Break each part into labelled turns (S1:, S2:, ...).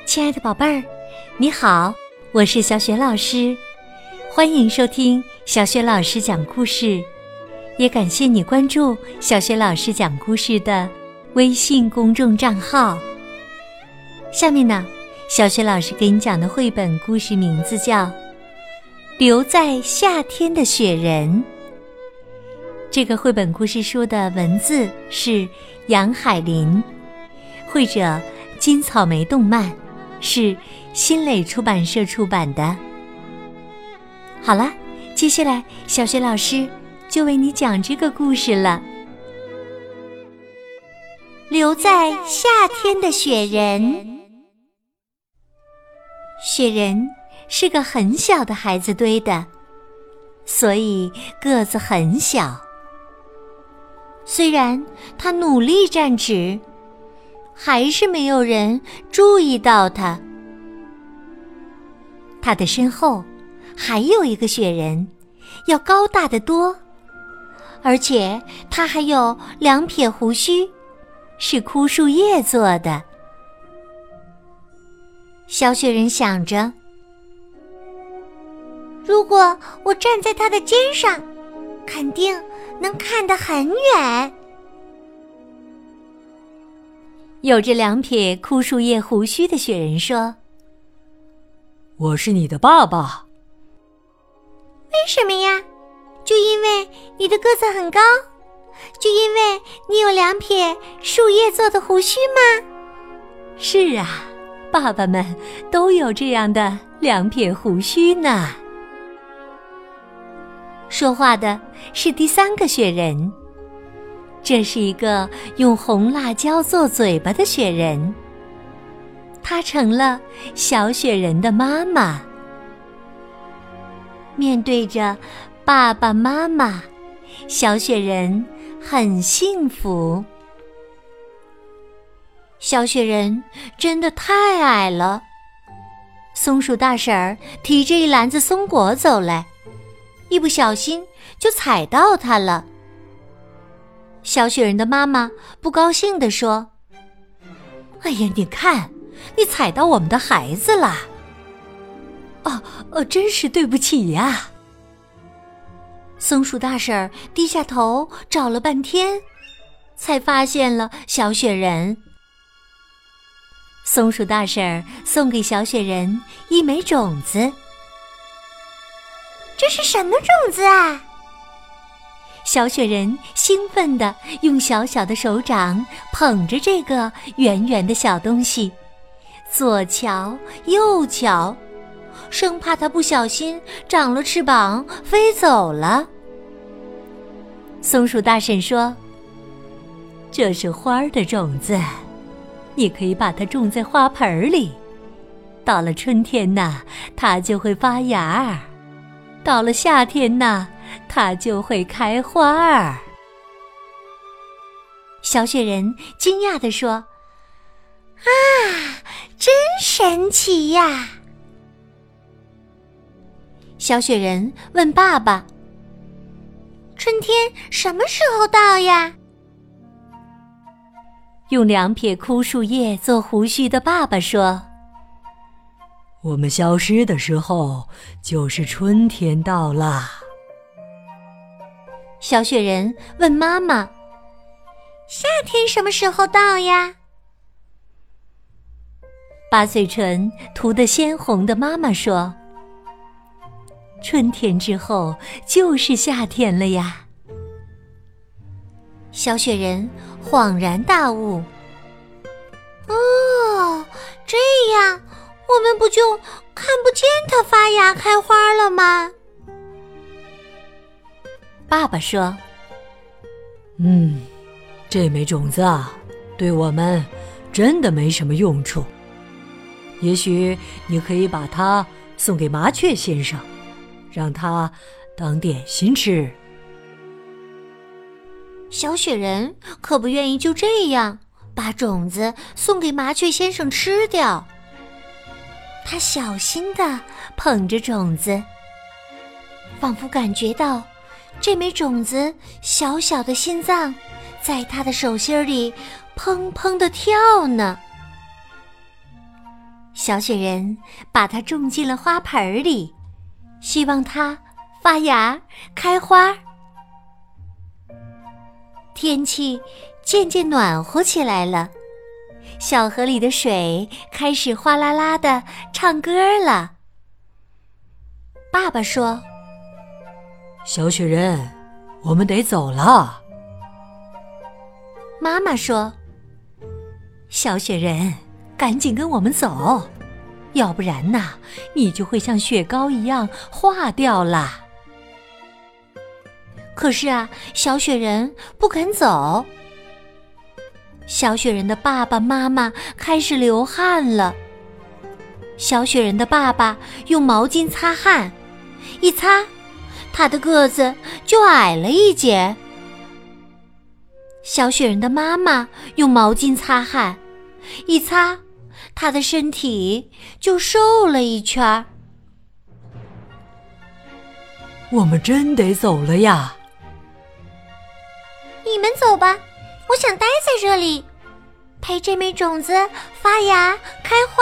S1: 亲爱的宝贝儿，你好，我是小雪老师，欢迎收听小雪老师讲故事，也感谢你关注小雪老师讲故事的微信公众账号。下面呢，小雪老师给你讲的绘本故事名字叫《留在夏天的雪人》。这个绘本故事书的文字是杨海林，绘者金草莓动漫，是新蕾出版社出版的。好了，接下来小雪老师就为你讲这个故事了。留在夏天的雪人。雪人是个很小的孩子堆的，所以个子很小。虽然他努力站直，还是没有人注意到他。他的身后还有一个雪人，要高大得多，而且他还有2撇胡须，是枯树叶做的。小雪人想着，如果我站在他的肩上，肯定能看得很远。有着2撇枯树叶胡须的雪人说，
S2: 我是你的爸爸。
S1: 为什么呀？就因为你的个子很高？就因为你有2撇树叶做的胡须吗？是啊，爸爸们都有这样的2撇胡须呢。说话的是第3个雪人，这是一个用红辣椒做嘴巴的雪人，她成了小雪人的妈妈。面对着爸爸妈妈，小雪人很幸福。小雪人真的太矮了，松鼠大婶儿提着一篮子松果走来，一不小心就踩到它了。小雪人的妈妈不高兴地说，哎呀，你看，你踩到我们的孩子了。真是对不起呀。松鼠大婶儿低下头找了半天，才发现了小雪人。松鼠大婶儿送给小雪人一枚种子。这是什么种子啊？小雪人兴奋地用小小的手掌捧着这个圆圆的小东西，左瞧右瞧，生怕它不小心长了翅膀飞走了。松鼠大婶说，这是花儿的种子，你可以把它种在花盆里，到了春天呢，它就会发芽，到了夏天呢，它就会开花儿。小雪人惊讶地说，啊，真神奇呀！小雪人问爸爸，春天什么时候到呀？用2撇枯树叶做胡须的爸爸说，
S2: 我们消失的时候，就是春天到啦。
S1: 小雪人问妈妈，夏天什么时候到呀？把嘴唇涂得鲜红的妈妈说，春天之后就是夏天了呀。小雪人恍然大悟，哦，这样我们不就看不见它发芽开花了吗？爸爸说，
S2: 这枚种子啊，对我们真的没什么用处。也许你可以把它送给麻雀先生，让他当点心吃。
S1: 小雪人可不愿意就这样把种子送给麻雀先生吃掉。他小心地捧着种子，仿佛感觉到这枚种子小小的心脏在他的手心里砰砰地跳呢。 小雪人把它种进了花盆里，希望它发芽开花。天气渐渐暖和起来了，小河里的水开始哗啦啦地唱歌了。爸爸说：
S2: 小雪人，我们得走了。
S1: 妈妈说：小雪人，赶紧跟我们走，要不然呐，你就会像雪糕一样化掉了。可是啊，小雪人不肯走。小雪人的爸爸妈妈开始流汗了。小雪人的爸爸用毛巾擦汗，一擦，他的个子就矮了一截。小雪人的妈妈用毛巾擦汗，一擦，他的身体就瘦了一圈。
S2: 我们真得走了呀！
S1: 你们走吧，我想待在这里，陪这枚种子发芽开花。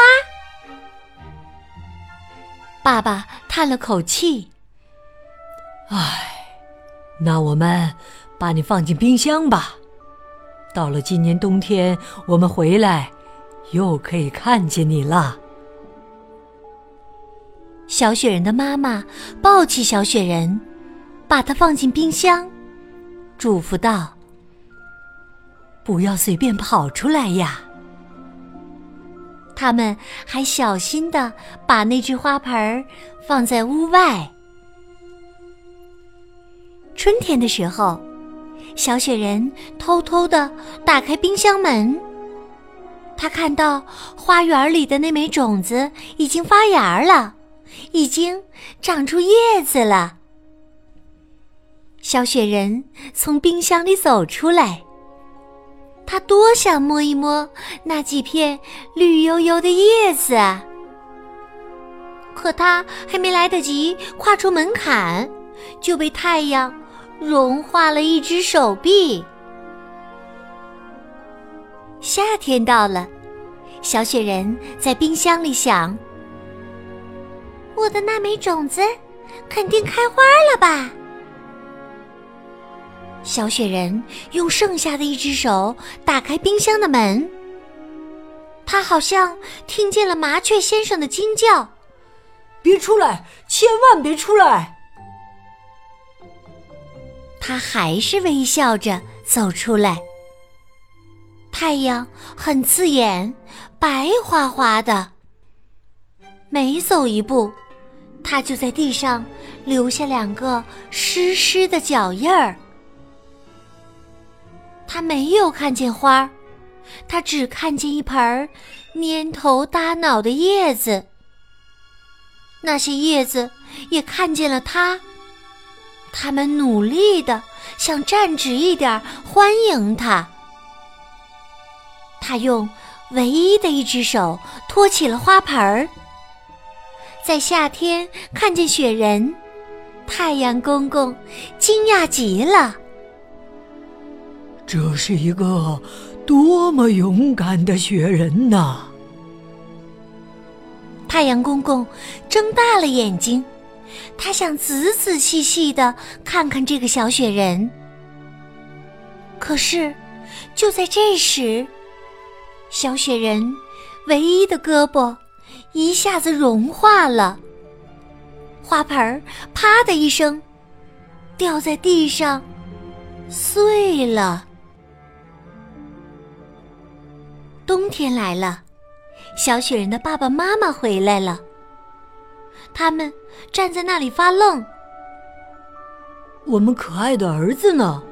S1: 爸爸叹了口气：
S2: 唉，那我们把你放进冰箱吧。到了今年冬天，我们回来又可以看见你了。
S1: 小雪人的妈妈抱起小雪人，把它放进冰箱，嘱咐道：不要随便跑出来呀。他们还小心地把那只花盆放在屋外。春天的时候，小雪人偷偷地打开冰箱门，他看到花园里的那枚种子已经发芽了，已经长出叶子了。小雪人从冰箱里走出来，他多想摸一摸那几片绿油油的叶子啊！可他还没来得及跨出门槛，就被太阳融化了一只手臂。夏天到了，小雪人在冰箱里想：我的那枚种子肯定开花了吧？小雪人用剩下的一只手打开冰箱的门，他好像听见了麻雀先生的惊叫：
S2: 别出来，千万别出来！
S1: 他还是微笑着走出来。太阳很刺眼，白花花的，每走一步，他就在地上留下2个湿湿的脚印儿。他没有看见花，他只看见一盆蔫头耷脑的叶子。那些叶子也看见了他，他们努力地想站直一点欢迎他。他用唯一的一只手托起了花盆儿。在夏天看见雪人，太阳公公惊讶极了。
S2: 这是一个多么勇敢的雪人呐！
S1: 太阳公公睁大了眼睛，他想仔仔细细地看看这个小雪人。可是，就在这时，小雪人唯一的胳膊一下子融化了，花盆儿啪的一声掉在地上，碎了。冬天来了，小雪人的爸爸妈妈回来了，他们站在那里发愣。
S2: 我们可爱的儿子呢？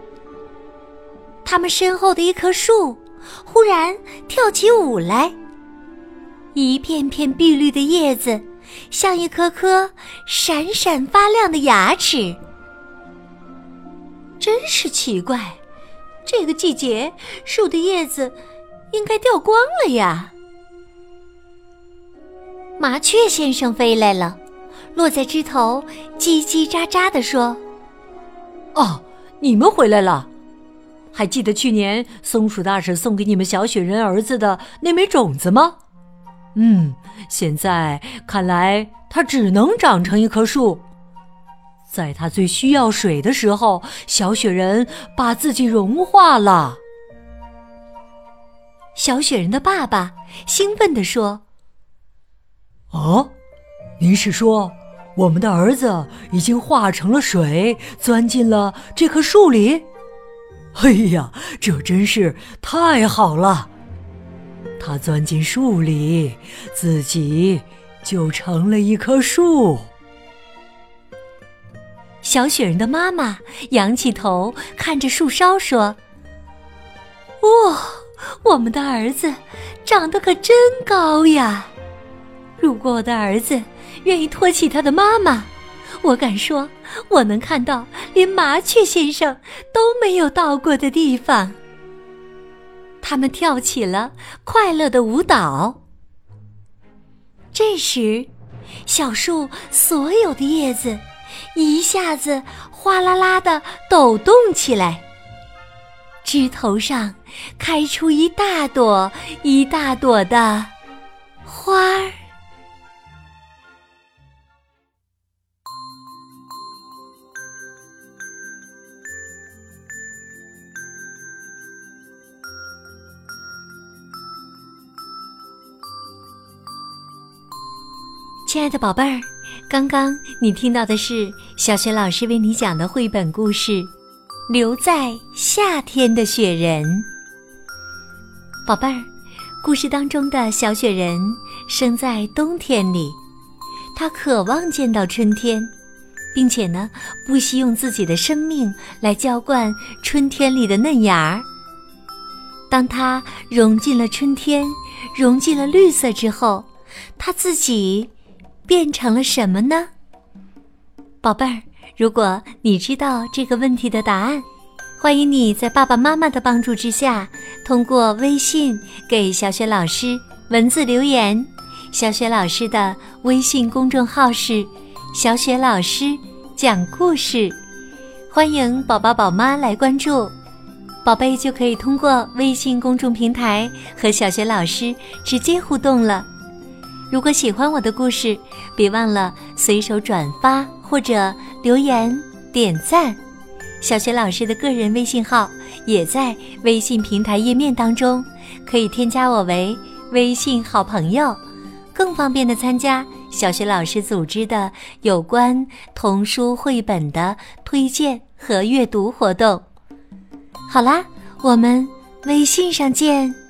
S1: 他们身后的一棵树忽然跳起舞来，一片片碧绿的叶子像一颗颗闪闪发亮的牙齿。真是奇怪，这个季节树的叶子应该掉光了呀。麻雀先生飞来了，落在枝头叽叽喳喳地说：
S2: 哦，你们回来了。还记得去年松鼠大婶送给你们小雪人儿子的那枚种子吗？ 现在看来它只能长成一棵树。在它最需要水的时候，小雪人把自己融化了。
S1: 小雪人的爸爸兴奋地说：
S2: 哦，您是说我们的儿子已经化成了水，钻进了这棵树里？哎呀，这真是太好了！他钻进树里，自己就成了一棵树。
S1: 小雪人的妈妈仰起头看着树梢说：哇，我们的儿子长得可真高呀！如果我的儿子愿意托起他的妈妈，我敢说我能看到连麻雀先生都没有到过的地方。他们跳起了快乐的舞蹈。这时，小树所有的叶子一下子哗啦啦地抖动起来，枝头上开出一大朵一大朵的花儿。亲爱的宝贝儿，刚刚你听到的是小雪老师为你讲的绘本故事《留在夏天的雪人》。宝贝儿，故事当中的小雪人生在冬天里，他渴望见到春天，并且呢，不惜用自己的生命来浇灌春天里的嫩芽儿。当他融进了春天，融进了绿色之后，他自己变成了什么呢？宝贝儿，如果你知道这个问题的答案，欢迎你在爸爸妈妈的帮助之下，通过微信给小雪老师文字留言。小雪老师的微信公众号是小雪老师讲故事，欢迎宝宝宝妈来关注，宝贝就可以通过微信公众平台和小雪老师直接互动了。如果喜欢我的故事，别忘了随手转发或者留言点赞。小雪老师的个人微信号也在微信平台页面当中，可以添加我为微信好朋友，更方便的参加小雪老师组织的有关童书绘本的推荐和阅读活动。好啦，我们微信上见。